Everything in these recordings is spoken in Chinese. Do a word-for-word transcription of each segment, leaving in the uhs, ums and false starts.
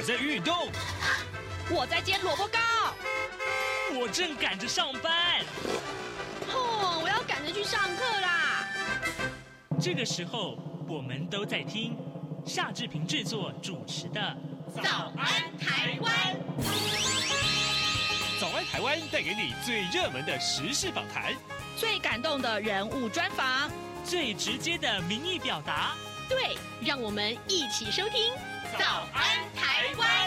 在运动， 我在煎萝卜糕， 我正赶着上班。 哦，我要赶着去上课啦。 这个时候，我们都在听夏志平制作主持的《 早安台湾》。 早安台湾带给你最热门的时事访谈， 最感动的人物专访， 最直接的民意表达。 对，让我们一起收听《早安台湾》。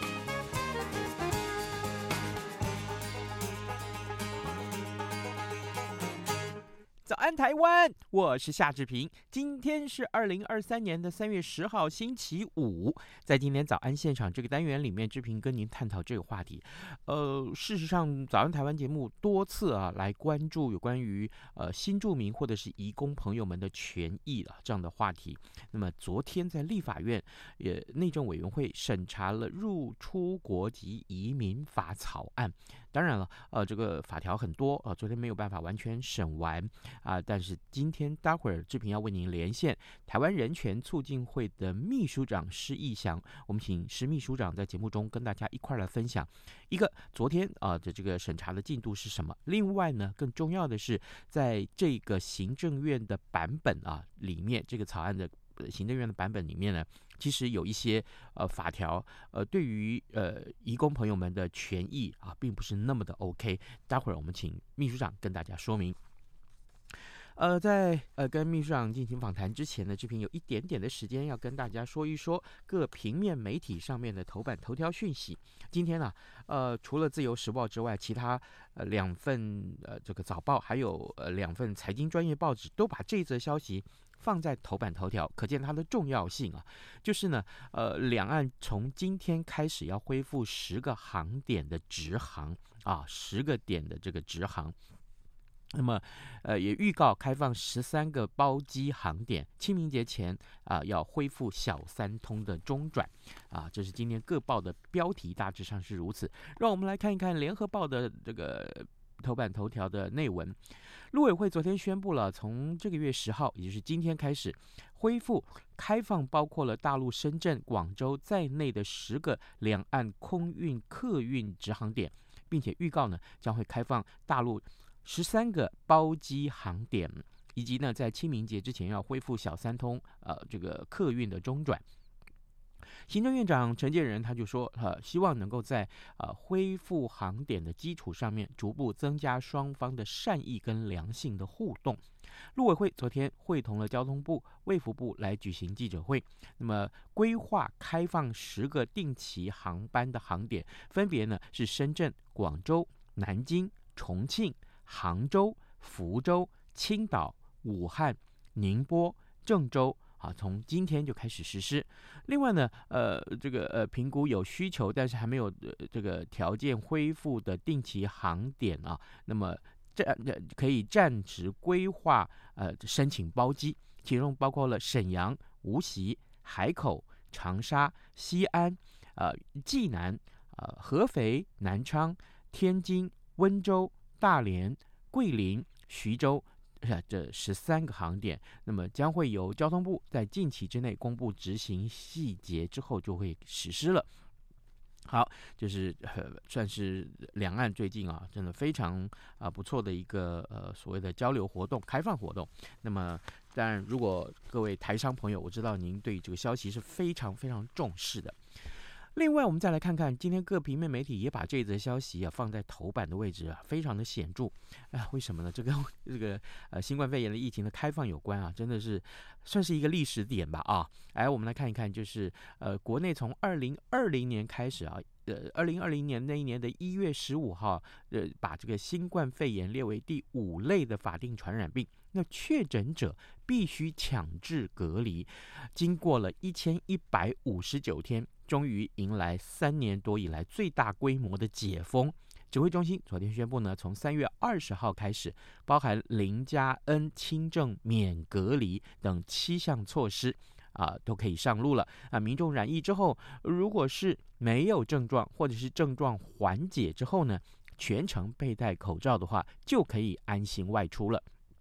早安台湾，我是夏志平。今天是二零二三年的三月十号，星期五。在今天早安现场这个单元里面，志平跟您探讨这个话题。呃，事实上，早安台湾节目多次啊来关注有关于呃新住民或者是移工朋友们的权益了这样的话题。那么昨天在立法院也内政委员会审查了入出国籍移民法草案。当然了，呃，这个法条很多，呃，昨天没有办法完全审完啊、呃，但是今天待会儿志平要为您连线台湾人权促进会的秘书长施义祥，我们请施秘书长在节目中跟大家一块来分享一个昨天啊的这个审查的进度是什么。另外呢，更重要的是，在这个行政院的版本啊里面，这个草案的行政院的版本里面呢，其实有一些呃法条，呃对于呃移工朋友们的权益啊，并不是那么的 OK。待会儿我们请秘书长跟大家说明。呃，在呃跟秘书长进行访谈之前呢，志平有一点点的时间要跟大家说一说各平面媒体上面的头版头条讯息。今天呢、啊，呃，除了自由时报之外，其他呃两份呃这个早报，还有呃两份财经专业报纸都把这则消息放在头版头条，可见它的重要性啊。就是呢，呃，两岸从今天开始要恢复十个航点的直航啊，十个点的这个直航。那么，呃，也预告开放十三个包机航点，清明节前啊、呃、要恢复小三通的中转啊，这是今天各报的标题，大致上是如此。让我们来看一看联合报的这个头版头条的内文。陆委会昨天宣布了，从这个月十号，也就是今天开始，恢复开放包括了大陆深圳、广州在内的十个两岸空运客运直航点，并且预告呢将会开放大陆十三个包机航点，以及呢在清明节之前要恢复小三通呃这个客运的中转。行政院长陈建仁他就说，呃，希望能够在呃恢复航点的基础上面，逐步增加双方的善意跟良性的互动。陆委会昨天会同了交通部、卫福部来举行记者会，那么规划开放十个定期航班的航点，分别呢是深圳、广州、南京、重庆、杭州、福州、青岛、武汉、宁波、郑州。啊，从今天就开始实施。另外呢，呃，这个呃评估有需求，但是还没有、呃、这个条件恢复的定期航点啊，那么这、呃、可以暂时规划呃申请包机，其中包括了沈阳、无锡、海口、长沙、西安、呃济南、呃合肥、南昌、天津、温州、大连、桂林、徐州。这十三个航点，那么将会由交通部在近期之内公布执行细节之后就会实施了。好，就是呃算是两岸最近啊，真的非常啊、呃、不错的一个呃所谓的交流活动、开放活动。那么当然，如果各位台商朋友，我知道您对这个消息是非常非常重视的。另外，我们再来看看今天各平面媒体也把这则消息啊放在头版的位置啊，非常的显著啊。为什么呢？这跟这个呃新冠肺炎的疫情的开放有关啊，真的是算是一个历史点吧啊。来，我们来看一看，就是呃国内从二零二零年开始啊。呃，二零二零年那一年的一月十五号，呃，把这个新冠肺炎列为第五类的法定传染病，那确诊者必须强制隔离。经过了一千一百五十九天，终于迎来三年多以来最大规模的解封。指挥中心昨天宣布呢，从三月二十号开始，包含零加 N 轻症免隔离等七项措施。啊，都可以上路了啊！民众染疫之后，如果是没有症状，或者是症状缓解之后呢，全程佩戴口罩的话，就可以安心外出了。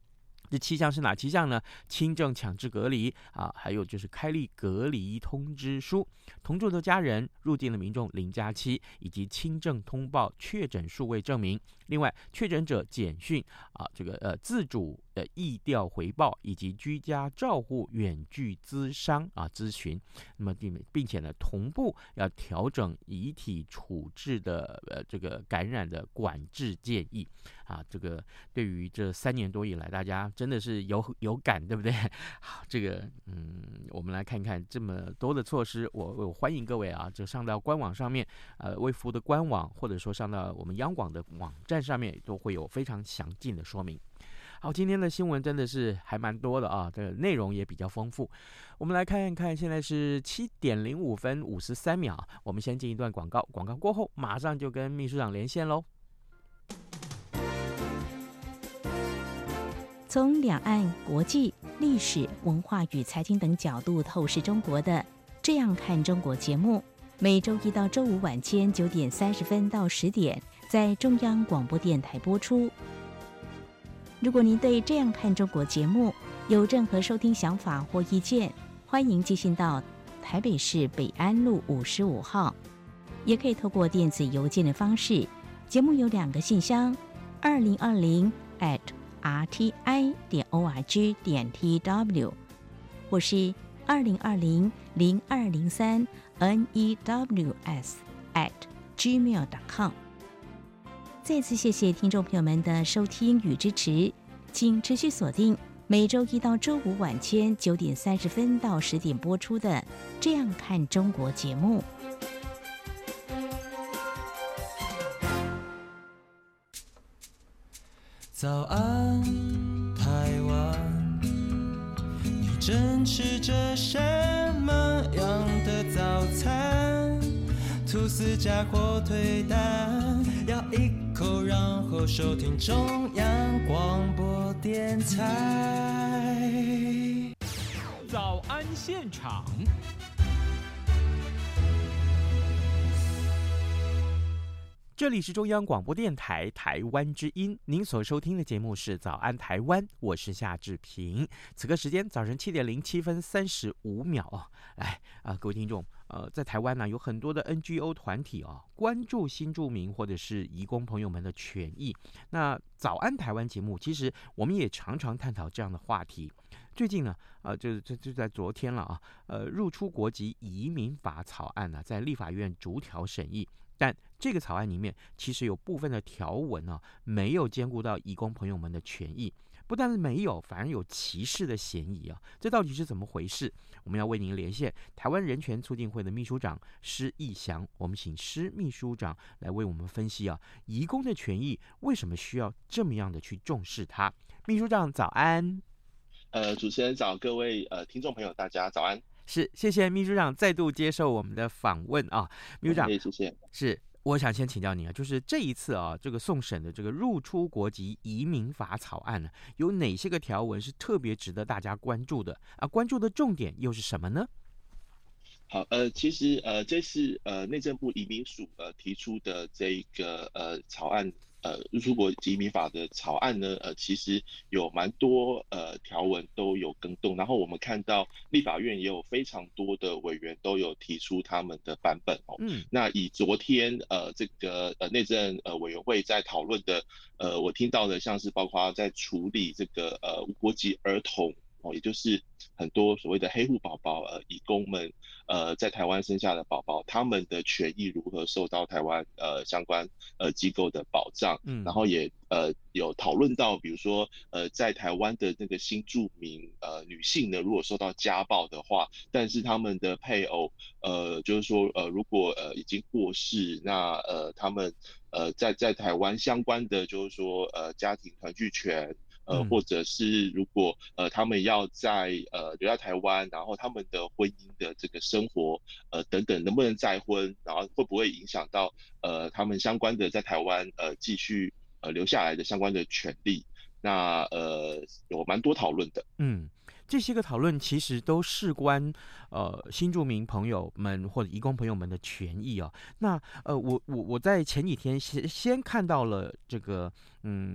这七项是哪七项呢？轻症强制隔离啊，还有就是开立隔离通知书，同住的家人、入境的民众零加七，以及轻症通报确诊数位证明。另外，确诊者简讯啊，这个呃自主的疫调回报，以及居家照护远距咨商啊咨询。那么并并且呢，同步要调整遗体处置的呃这个感染的管制建议啊。这个对于这三年多以来，大家真的是有有感，对不对？好，这个嗯，我们来看看这么多的措施，我我欢迎各位啊，就上到官网上面，呃，卫福的官网，或者说上到我们央广的网站上面，都会有非常详尽的说明。好，今天的新闻真的是还蛮多的啊，这个内容也比较丰富。我们来看一看，现在是七点零五分五十三秒，我们先进一段广告，广告过后马上就跟秘书长连线喽。 从两岸、国际、历史文化与财经等角度透视中国的《这样看中国》节目，每周一到周五晚间九点三十分到十点在中央广播电台播出。如果您对《这样看中国》节目有任何收听想法或意见，欢迎寄信到台北市北安路五十五号，也可以透过电子邮件的方式。节目有两个信箱：二零二零 at r t i 点 o r g 点 t w， 或是二零二零零二零三 n e w s at gmail 点 com。再次谢谢听众朋友们的收听与支持，请持续锁定每周一到周五晚间九点三十分到十点播出的《这样看中国》节目。 早安，台湾，你正吃着什么样的早餐？吐司加火腿蛋，咬一口，然后收听中央广播电台。 早安现场。这里是中央广播电台台湾之音，您所收听的节目是早安台湾，我是夏志平。此刻时间早晨七点零七分三十五秒啊，来啊，各位听众，呃，在台湾呢、啊、有很多的 N G O 团体啊，关注新住民或者是移工朋友们的权益。那早安台湾节目，其实我们也常常探讨这样的话题。最近呢，呃，就就就在昨天了啊，呃，入出国籍移民法草案呢、啊，在立法院逐条审议。但这个草案里面其实有部分的条文啊，没有兼顾到移工朋友们的权益，不但是没有，反而有歧视的嫌疑啊！这到底是怎么回事？我们要为您连线台湾人权促进会的秘书长施义祥，我们请施秘书长来为我们分析啊，移工的权益为什么需要这么样的去重视它？秘书长早安。 呃，主持人早，各位呃听众朋友，大家早安。 是，谢谢秘书长再度接受我们的访问啊，秘书长， 谢谢。 是，我想先请教你啊，就是这一次啊，这个送审的这个入出国籍移民法草案呢，有哪些个条文是特别值得大家关注的啊？关注的重点又是什么呢？ 好，呃，其实呃，这是呃内政部移民署呃提出的这个呃草案。呃，入出国籍移民法的草案呢，呃，其实有蛮多呃条文都有更动，然后我们看到立法院也有非常多的委员都有提出他们的版本哦。嗯，那以昨天呃这个呃内政呃委员会在讨论的，呃，我听到的像是包括在处理这个呃无国籍儿童。哦，也就是很多所谓的黑户宝宝，呃，移工们，呃，在台湾生下的宝宝，他们的权益如何受到台湾呃相关呃机构的保障？嗯，然后也呃有讨论到，比如说呃在台湾的那个新住民呃女性呢，如果受到家暴的话，但是他们的配偶呃就是说呃如果呃已经过世，那呃他们呃在在台湾相关的就是说呃家庭团聚权。呃，或者是如果呃他们要在呃留在台湾，然后他们的婚姻的这个生活呃等等能不能再婚，然后会不会影响到呃他们相关的在台湾呃继续呃留下来的相关的权利，那呃有蛮多讨论的。嗯。 这些个讨论其实都事关呃新住民朋友们或者移工朋友们的权益啊。那呃我我我在前几天先先看到了这个嗯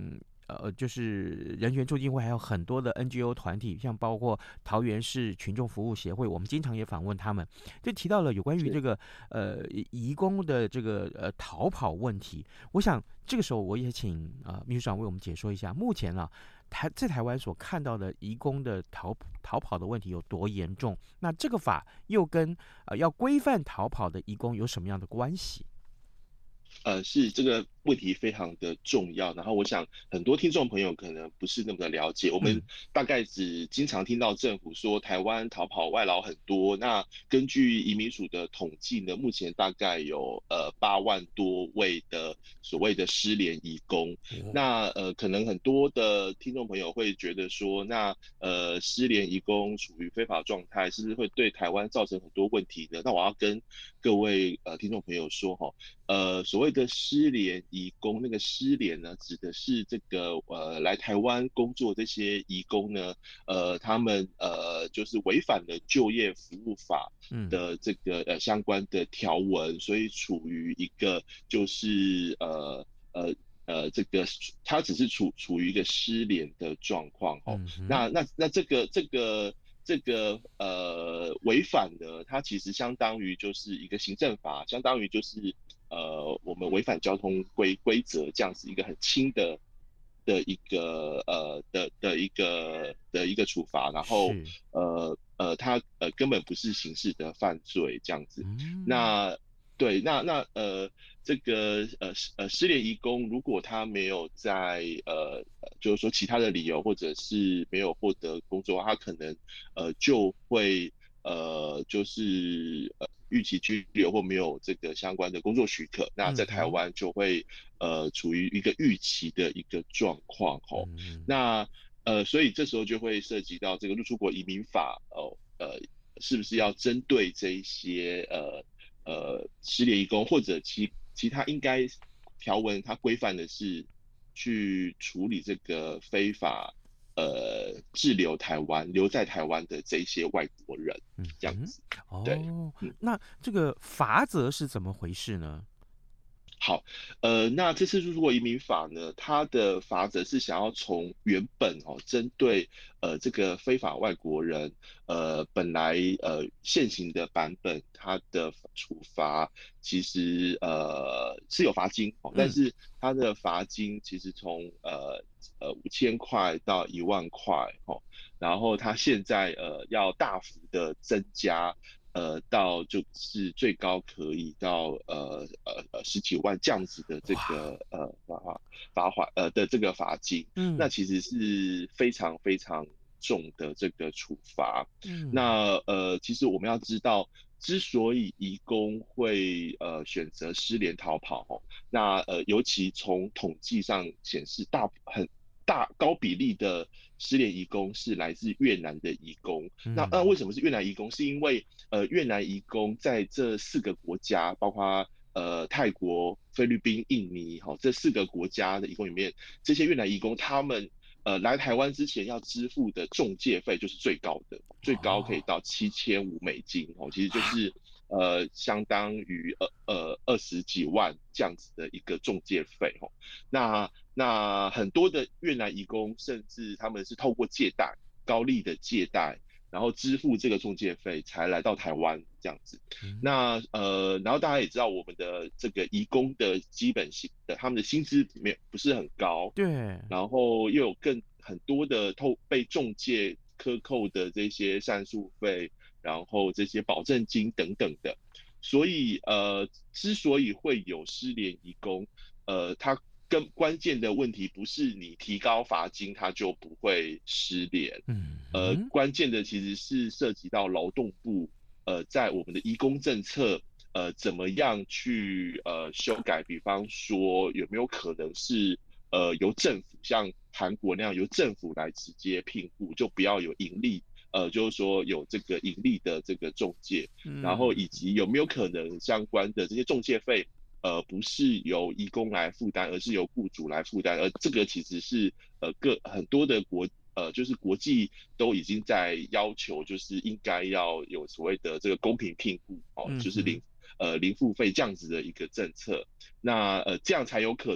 呃，就是人权促进会，还有很多的 N G O 团体，像包括桃园市群众服务协会，我们经常也访问他们，就提到了有关于这个呃移工的这个呃逃跑问题。我想这个时候我也请啊、呃、秘书长为我们解说一下，目前啊台在台湾所看到的移工的逃逃跑的问题有多严重？那这个法又跟呃要规范逃跑的移工有什么样的关系？ 呃，是这个问题非常的重要，然后我想很多听众朋友可能不是那么的了解，我们大概只经常听到政府说台湾逃跑外劳很多，那根据移民署的统计呢，目前大概有呃八万多位的所谓的失联移工，那呃可能很多的听众朋友会觉得说，那呃失联移工处于非法状态，是不是会对台湾造成很多问题呢？那我要跟各位呃听众朋友说哈，呃所谓的失联移工，那个失联呢，指的是这个呃来台湾工作这些移工呢，呃他们呃就是违反了就业服务法的这个呃相关的条文，所以处于一个就是呃呃。呃，这个他只是处处于一个失联的状况哦。嗯、那那那这个这个这个呃违反呢，它其实相当于就是一个行政法，相当于就是呃我们违反交通规规则这样子一个很轻的的一个呃的的一个的一个处罚，然后呃呃它呃根本不是刑事的犯罪这样子。嗯、那对，那那呃。这个呃呃失联移工，如果他没有在呃就是说其他的理由，或者是没有获得工作，他可能呃就会呃就是呃逾期居留或没有这个相关的工作许可，那在台湾就会呃处于一个逾期的一个状况哦。嗯、那呃所以这时候就会涉及到这个入出国移民法哦呃是不是要针对这一些呃呃失联移工或者其其他应该条文它规范的是去处理这个非法呃滞留台湾留在台湾的这些外国人，这样子。 嗯、对、哦嗯，那这个罚则是怎么回事呢？ 好，呃，那这次入出国移民法呢，它的罚则是想要从原本哦，针对呃这个非法外国人，呃本来呃现行的版本，它的处罚其实呃是有罚金哦，但是它的罚金其实从呃呃五千块到一万块哦，然后它现在呃要大幅的增加。呃，到就是最高可以到呃呃呃十几万这样子的这个呃罚罚款呃的这个罚金，嗯，那其实是非常非常重的这个处罚。嗯，那呃其实我们要知道，之所以移工会呃选择失联逃跑哦，那呃尤其从统计上显示大很。大高比例的失联移工是来自越南的移工，嗯、那那为什么是越南移工？是因为呃越南移工在这四个国家，包括呃泰国、菲律宾、印尼，哈、哦、这四个国家的移工里面，这些越南移工他们呃来台湾之前要支付的中介费就是最高的，最高可以到七千五美金哦，其实就是呃相当于呃呃二十几万这样子的一个中介费哦，那。那很多的越南移工，甚至他们是透过借贷、高利的借贷，然后支付这个中介费，才来到台湾这样子。嗯、那呃，然后大家也知道，我们的这个移工的基本薪的他们的薪资没有不是很高， 对， 然后又有更很多的透被中介克扣的这些善诉费，然后这些保证金等等的，所以呃，之所以会有失联移工，呃，他。更关键的问题不是你提高罚金，它就不会失联。嗯，呃，关键的其实是涉及到劳动部，呃，在我们的移工政策，呃，怎么样去呃修改？比方说，有没有可能是呃由政府像韩国那样由政府来直接聘雇，就不要有盈利，呃，就是说有这个盈利的这个中介，嗯、然后以及有没有可能相关的这些中介费？呃，不是由移工来负担，而是由雇主来负担，而这个其实是呃各很多的国呃，就是国际都已经在要求，就是应该要有所谓的这个公平聘雇哦，嗯、就是零呃零付费这样子的一个政策，那呃这样才有可能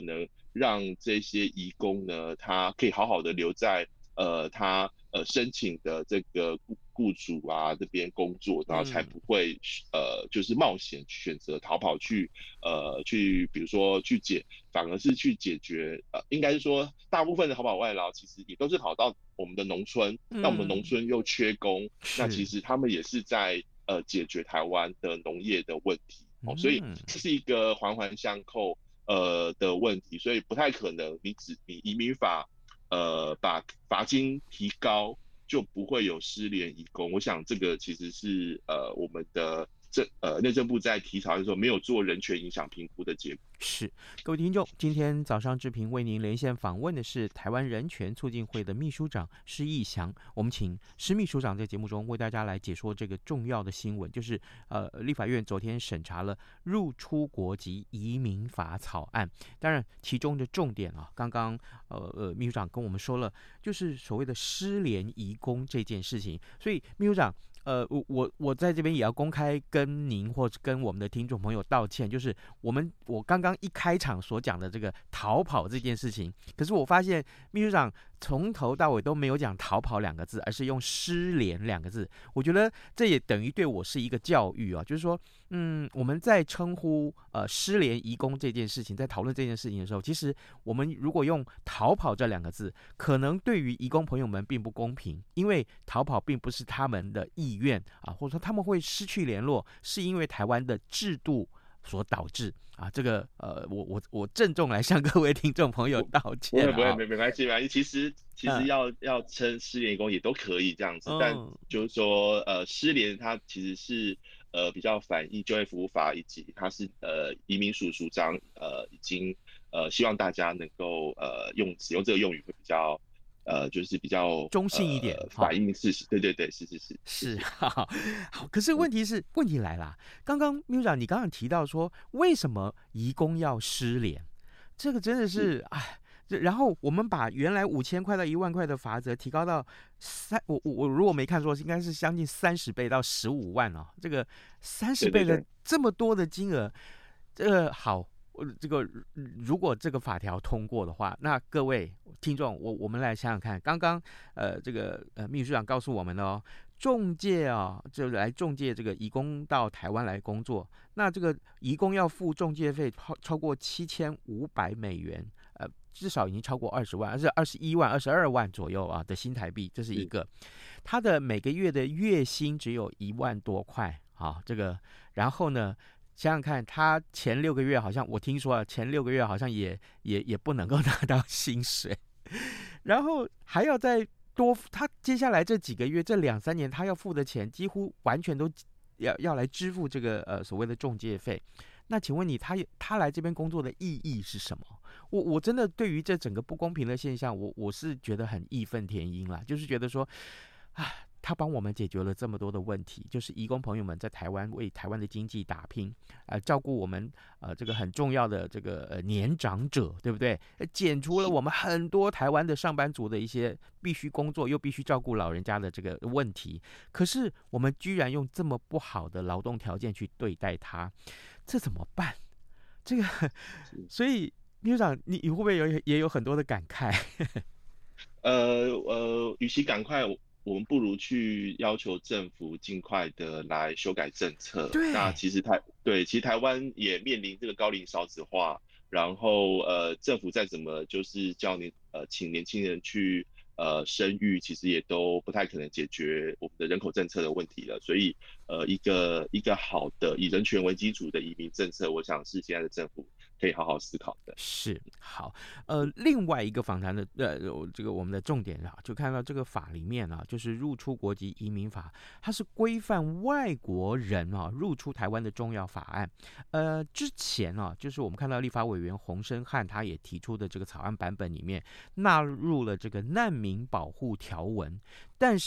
让这些移工呢，他可以好好的留在呃他呃申请的这个雇雇主啊这边工作，然后才不会、嗯、呃就是冒险选择逃跑去呃去比如说去解，反而是去解决呃应该是说大部分的逃跑外劳其实也都是跑到我们的农村，那、嗯、我们农村又缺工，那其实他们也是在呃解决台湾的农业的问题。哦，所以这是一个环环相扣呃的问题，所以不太可能你只你移民法呃把罚金提高就不会有失联移工。我想这个其实是呃我们的政呃内政部在提草的时候没有做人权影响评估的结果。 是，各位听众，今天早上志平为您连线访问的是台湾人权促进会的秘书长施义祥，我们请施秘书长在节目中为大家来解说这个重要的新闻，就是呃立法院昨天审查了入出国籍移民法草案，当然其中的重点啊，刚刚呃呃秘书长跟我们说了，就是所谓的失联移工这件事情，所以秘书长。呃，我我在这边也要公开跟您或者跟我们的听众朋友道歉，就是我们我刚刚一开场所讲的这个逃跑这件事情，可是我发现秘书长从头到尾都没有讲逃跑两个字，而是用失联两个字。我觉得这也等于对我是一个教育啊，就是说，嗯，我们在称呼呃失联移工这件事情，在讨论这件事情的时候，其实我们如果用逃跑这两个字，可能对于移工朋友们并不公平，因为逃跑并不是他们的意愿啊，或者说他们会失去联络，是因为台湾的制度所导致啊。这个呃，我我我郑重来向各位听众朋友道歉、啊。 不会不会，没没关系没关系。其实其实要、嗯、要称失联移工也都可以这样子，嗯、但就是说呃，失联它其实是呃比较反映就业服务法，以及它是呃移民署署长呃已经呃希望大家能够呃用使用这个用语会比较。呃，就是比较中性一点， 呃、反映事实。对对对，是是是是。好，好。可是问题是，嗯、问题来了。刚刚秘书长，你刚刚提到说，为什么移工要失联？这个真的是哎。然后我们把原来五千块到一万块的罚则提高到三，我我我如果没看错，应该是将近三十倍到十五万哦。这个三十倍的这么多的金额，这个好。这个如果这个法条通过的话，那各位听众，我我们来想想看，刚刚呃这个呃秘书长告诉我们哦，仲介啊，就来仲介这个移工到台湾来工作，那这个移工要付仲介费超超过七千五百美元，呃，至少已经超过二十万，而是二十一万、二十二万左右啊的新台币，这是一个。他的每个月的月薪只有一万多块啊，这个，然后呢？想想看，他前六个月好像我听说啊，前六个月好像也也也不能够拿到薪水，然后还要再多，他接下来这几个月这两三年他要付的钱，几乎完全都要要来支付这个呃所谓的仲介费。那请问你，他他来这边工作的意义是什么？我我真的对于这整个不公平的现象，我我是觉得很义愤填膺啦，就是觉得说，啊。他帮我们解决了这么多的问题，就是移工朋友们在台湾为台湾的经济打拼，呃，照顾我们呃这个很重要的这个呃年长者，对不对？减除了我们很多台湾的上班族的一些必须工作又必须照顾老人家的这个问题。可是我们居然用这么不好的劳动条件去对待他，这怎么办？这个，所以秘书长，你你会不会有也有很多的感慨？ 呃呃，与其赶快。我们不如去要求政府尽快的来修改政策。 对， 那其实台对，其实台湾也面临这个高龄少子化，然后呃，政府再怎么就是叫你呃，请年轻人去呃生育，其实也都不太可能解决我们的人口政策的问题了。所以呃，一个一个好的以人权为基础的移民政策，我想是现在的政府可以好好思考的。 是好，呃，另外一个访谈的呃，这个我们的重点啊，就看到这个法里面啊，就是入出国籍移民法，它是规范外国人啊入出台湾的重要法案。呃，之前啊，就是我们看到立法委员洪申翰他也提出的这个草案版本里面纳入了这个难民保护条文，但是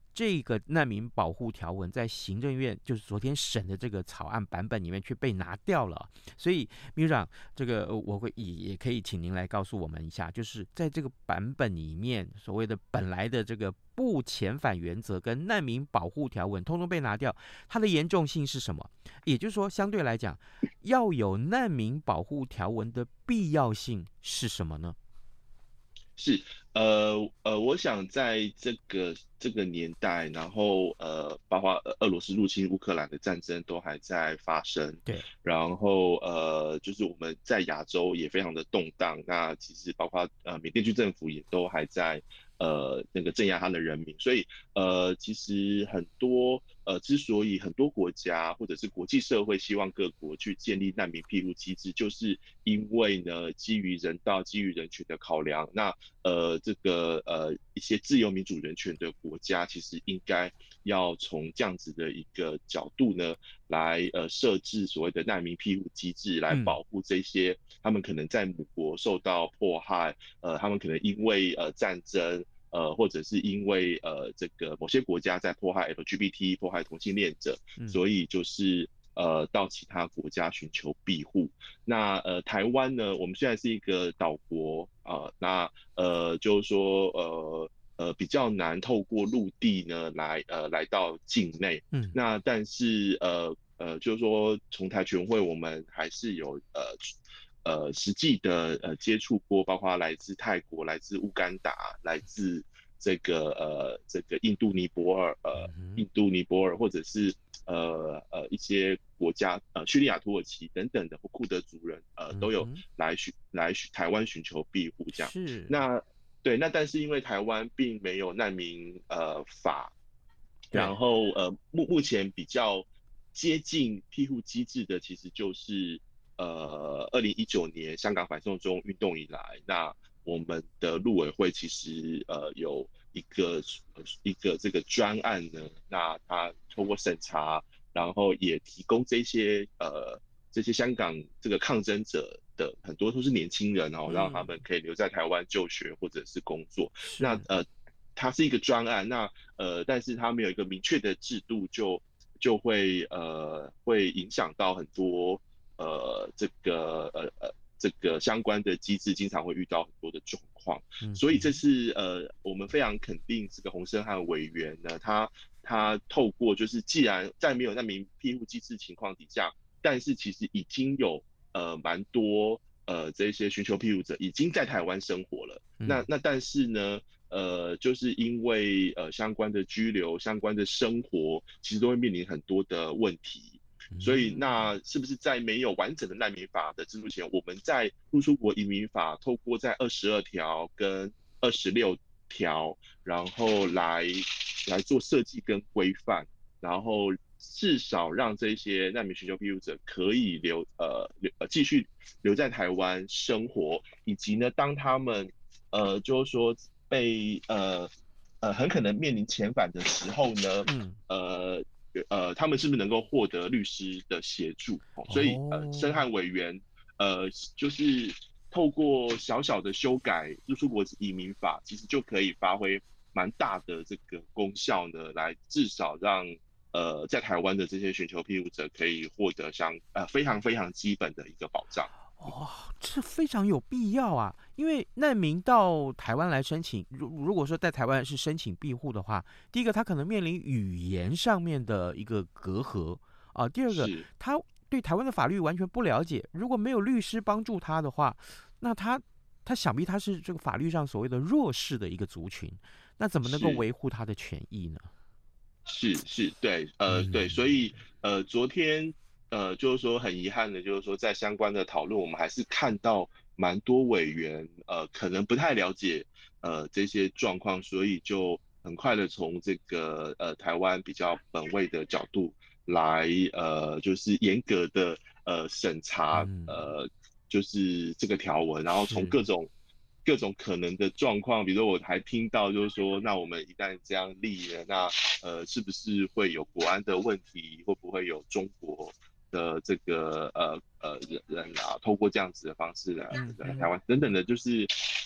这个难民保护条文在行政院就是昨天审的这个草案版本里面却被拿掉了，所以秘书长，这个我会也也可以请您来告诉我们一下，就是在这个版本里面所谓的本来的这个不遣返原则跟难民保护条文通通被拿掉，它的严重性是什么？也就是说，相对来讲，要有难民保护条文的必要性是什么呢？ 是，呃呃，我想在这个这个年代，然后呃，包括俄罗斯入侵乌克兰的战争都还在发生， 对， 然后呃，就是我们在亚洲也非常的动荡，那其实包括呃缅甸军政府也都还在呃那个镇压他的人民，所以呃，其实很多呃，之所以很多国家或者是国际社会希望各国去建立难民庇护机制，就是因为呢，基于人道、基于人权的考量，那呃，这个呃一些自由民主人权的国家，其实应该要从这样子的一个角度呢，来呃设置所谓的难民庇护机制，来保护这些他们可能在母国受到迫害，呃，他们可能因为呃战争。呃，或者是因为呃，这个某些国家在迫害 L G B T、迫害同性恋者， 嗯、 所以就是呃，到其他国家寻求庇护。那呃，台湾呢，我们现在是一个岛国啊、呃，那呃，就是说呃呃，比较难透过陆地呢来呃来到境内。 嗯， 那但是呃呃，就是说从台全会我们还是有呃。呃，实际的呃接触过，包括来自泰国、来自乌干达、来自这个呃这个印度尼泊尔、呃印度尼泊尔，或者是呃呃一些国家呃叙利亚、土耳其等等的库德族人呃都有来寻来台湾寻求庇护这样。 是。 那对，那但是因为台湾并没有难民呃法，然后呃目目前比较接近庇护机制的，其实就是。呃，二零一九年香港反送中运动以来，那我们的陆委会其实呃有一个一个这个专案呢，那它通过审查，然后也提供这些呃这些香港这个抗争者的很多都是年轻人哦，让他们可以留在台湾就学或者是工作。 是那呃，它是一个专案，那呃，但是它没有一个明确的制度就，就会呃会影响到很多。呃，这个呃呃，这个相关的机制经常会遇到很多的状况，嗯、所以这是呃，我们非常肯定这个洪申翰委员呢，他他透过就是既然在没有难民庇护机制情况底下，但是其实已经有呃蛮多呃这些寻求庇护者已经在台湾生活了，嗯、那那但是呢。呃，就是因为呃相关的居留、相关的生活，其实都会面临很多的问题。所以，那是不是在没有完整的难民法的制度前，我们在入出国移民法透过在二十二条跟二十六条，然后来来做设计跟规范，然后至少让这些难民寻求庇护者可以留呃留呃继续留在台湾生活，以及呢，当他们呃就是说被呃呃很可能面临遣返的时候呢，嗯、呃。呃，他们是不是能够获得律师的协助？哦、所以，呃，申翰委员，呃，就是透过小小的修改入出国移民法，其实就可以发挥蛮大的这个功效呢，来至少让呃在台湾的这些寻求庇护者可以获得相呃非常非常基本的一个保障。 哇、哦，这非常有必要啊！因为难民到台湾来申请，如如果说在台湾是申请庇护的话，第一个他可能面临语言上面的一个隔阂啊、呃，第二个他对台湾的法律完全不了解，如果没有律师帮助他的话，那他他想必他是这个法律上所谓的弱势的一个族群，那怎么能够维护他的权益呢？ 是是，对，呃，嗯、对，所以呃，昨天。呃，就是说很遗憾的，就是说在相关的讨论，我们还是看到蛮多委员，呃，可能不太了解呃这些状况，所以就很快的从这个呃台湾比较本位的角度来，呃，就是严格的呃审查，呃，就是这个条文，然后从各种各种可能的状况，比如说我还听到就是说，那我们一旦这样立了，那呃是不是会有国安的问题，会不会有中国的这个呃呃人人啊，透过这样子的方式来来台湾等等的，就是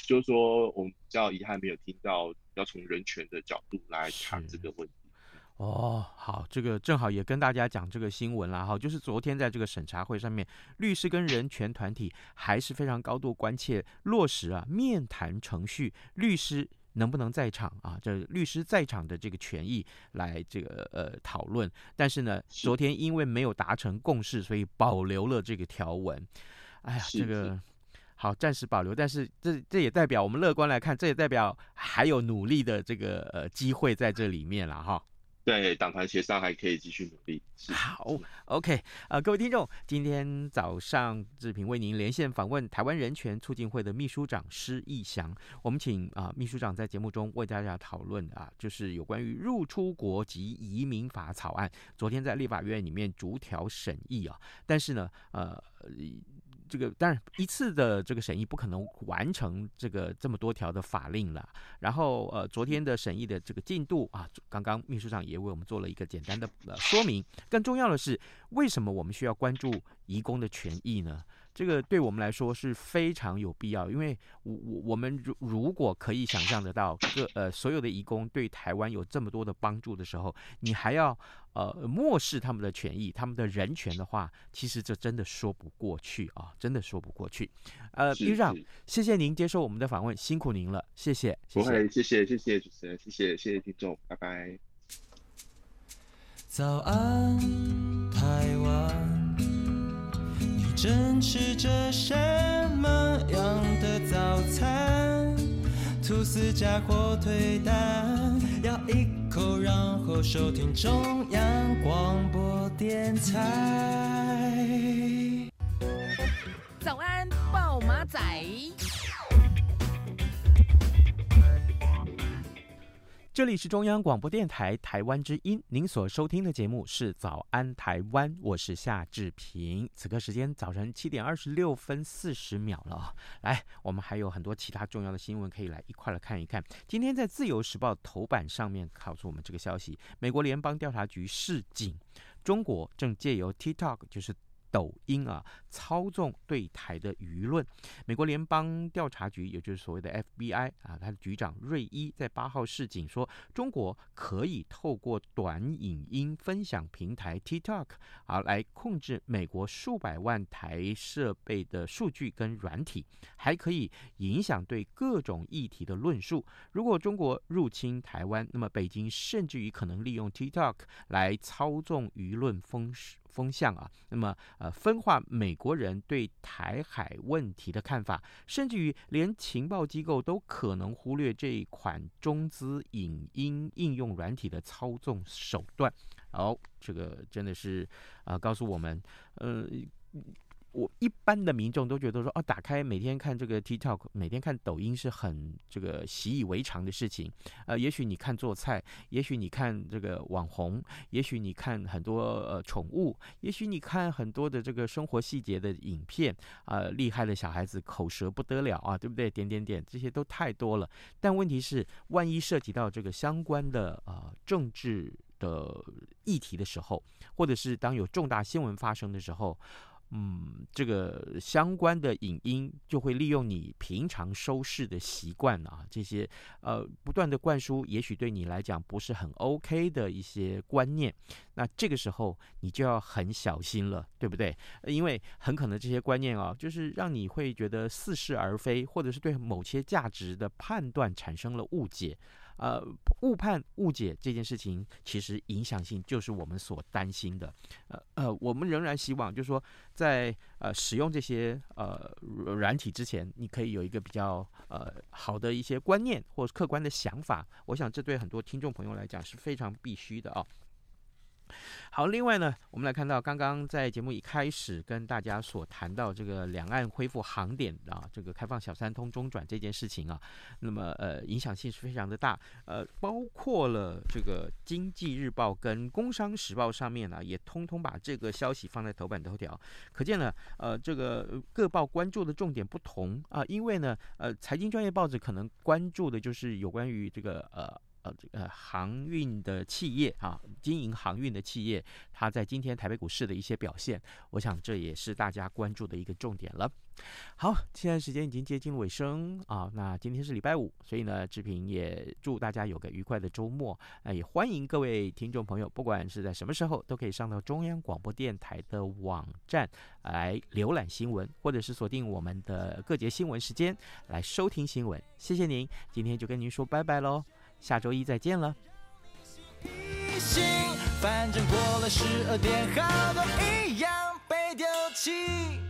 就是说我们比较遗憾没有听到要从人权的角度来谈这个问题。 哦，好，这个正好也跟大家讲这个新闻啦，哈，就是昨天在这个审查会上面，律师跟人权团体还是非常高度关切落实啊面谈程序，律师能不能在场啊？这律师在场的这个权益来这个呃讨论，但是呢，昨天因为没有达成共识，所以保留了这个条文。哎呀，这个。好，暂时保留，但是这这也代表我们乐观来看，这也代表还有努力的这个呃机会在这里面了哈。 对，党团协商还可以继续努力。 好 ，OK， 呃，各位听众，今天早上志平为您连线访问台湾人权促进会的秘书长施义祥，我们请啊、呃、秘书长在节目中为大家讨论啊，就是有关于入出国及移民法草案，昨天在立法院里面逐条审议啊，但是呢，呃。这个当然一次的这个审议不可能完成这个这么多条的法令了。然后呃，昨天的审议的这个进度啊，刚刚秘书长也为我们做了一个简单的、呃、说明。更重要的是，为什么我们需要关注移工的权益呢？这个对我们来说是非常有必要，因为我我们如如果可以想象得到，各呃所有的移工对台湾有这么多的帮助的时候，你还要呃漠视他们的权益、他们的人权的话，其实这真的说不过去啊，真的说不过去。呃，秘书长，谢谢您接受我们的访问，辛苦您了，谢谢。 不会，谢谢谢谢主持人，谢谢谢谢听众，拜拜。 早安，台湾，你正吃着什么样的早餐？吐司加火腿蛋，咬一口，然后收听中央广播电台。 早安，暴马仔。 这里是中央广播电台台湾之音，您所收听的节目是早安台湾，我是夏志平。此刻时间早晨七点二十六分四十秒了，来，我们还有很多其他重要的新闻可以来一块来看一看。今天在自由时报头版上面告诉我们这个消息，美国联邦调查局示警，中国正借由 TikTok 就是抖音啊，操纵对台的舆论。美国联邦调查局，也就是所谓的 F B I 啊，他的局长瑞伊在八号示警说，中国可以透过短影音分享平台 TikTok 啊，来控制美国数百万台设备的数据跟软体，还可以影响对各种议题的论述。如果中国入侵台湾，那么北京甚至于可能利用 TikTok 来操纵舆论风风向啊，那么呃分化美国人对台海问题的看法，甚至于连情报机构都可能忽略这一款中资影音应用软体的操纵手段。好，这个真的是啊、呃，告诉我们，呃。我一般的民众都觉得说，哦，打开每天看这个 TikTok， 每天看抖音是很这个习以为常的事情。呃，也许你看做菜，也许你看这个网红，也许你看很多呃宠物，也许你看很多的这个生活细节的影片，呃，厉害的小孩子口舌不得了啊，对不对？点点点，这些都太多了。但问题是，万一涉及到这个相关的呃政治的议题的时候，或者是当有重大新闻发生的时候，嗯，这个相关的影音就会利用你平常收视的习惯啊，这些呃不断的灌输，也许对你来讲不是很 OK 的一些观念，那这个时候你就要很小心了，对不对？因为很可能这些观念啊，就是让你会觉得似是而非，或者是对某些价值的判断产生了误解。呃，误判误解这件事情，其实影响性就是我们所担心的。呃呃，我们仍然希望，就是说，在呃使用这些呃软体之前，你可以有一个比较呃好的一些观念或客观的想法。我想，这对很多听众朋友来讲是非常必须的啊。好，另外呢，我们来看到刚刚在节目一开始跟大家所谈到这个两岸恢复航点啊，这个开放小三通中转这件事情啊，那么呃影响性是非常的大，呃，包括了这个经济日报跟工商时报上面呢、啊，也通通把这个消息放在头版头条，可见呢，呃，这个各报关注的重点不同啊，因为呢，呃，财经专业报纸可能关注的就是有关于这个呃。 呃这个航运的企业啊，经营航运的企业，它在今天台北股市的一些表现，我想这也是大家关注的一个重点了。好，现在时间已经接近尾声啊，那今天是礼拜五，所以呢，志平也祝大家有个愉快的周末。呃、也欢迎各位听众朋友，不管是在什么时候，都可以上到中央广播电台的网站来浏览新闻，或者是锁定我们的各节新闻时间来收听新闻。谢谢您，今天就跟您说拜拜喽，下周一再见了。 反正过了十二点，好多一样被丢弃。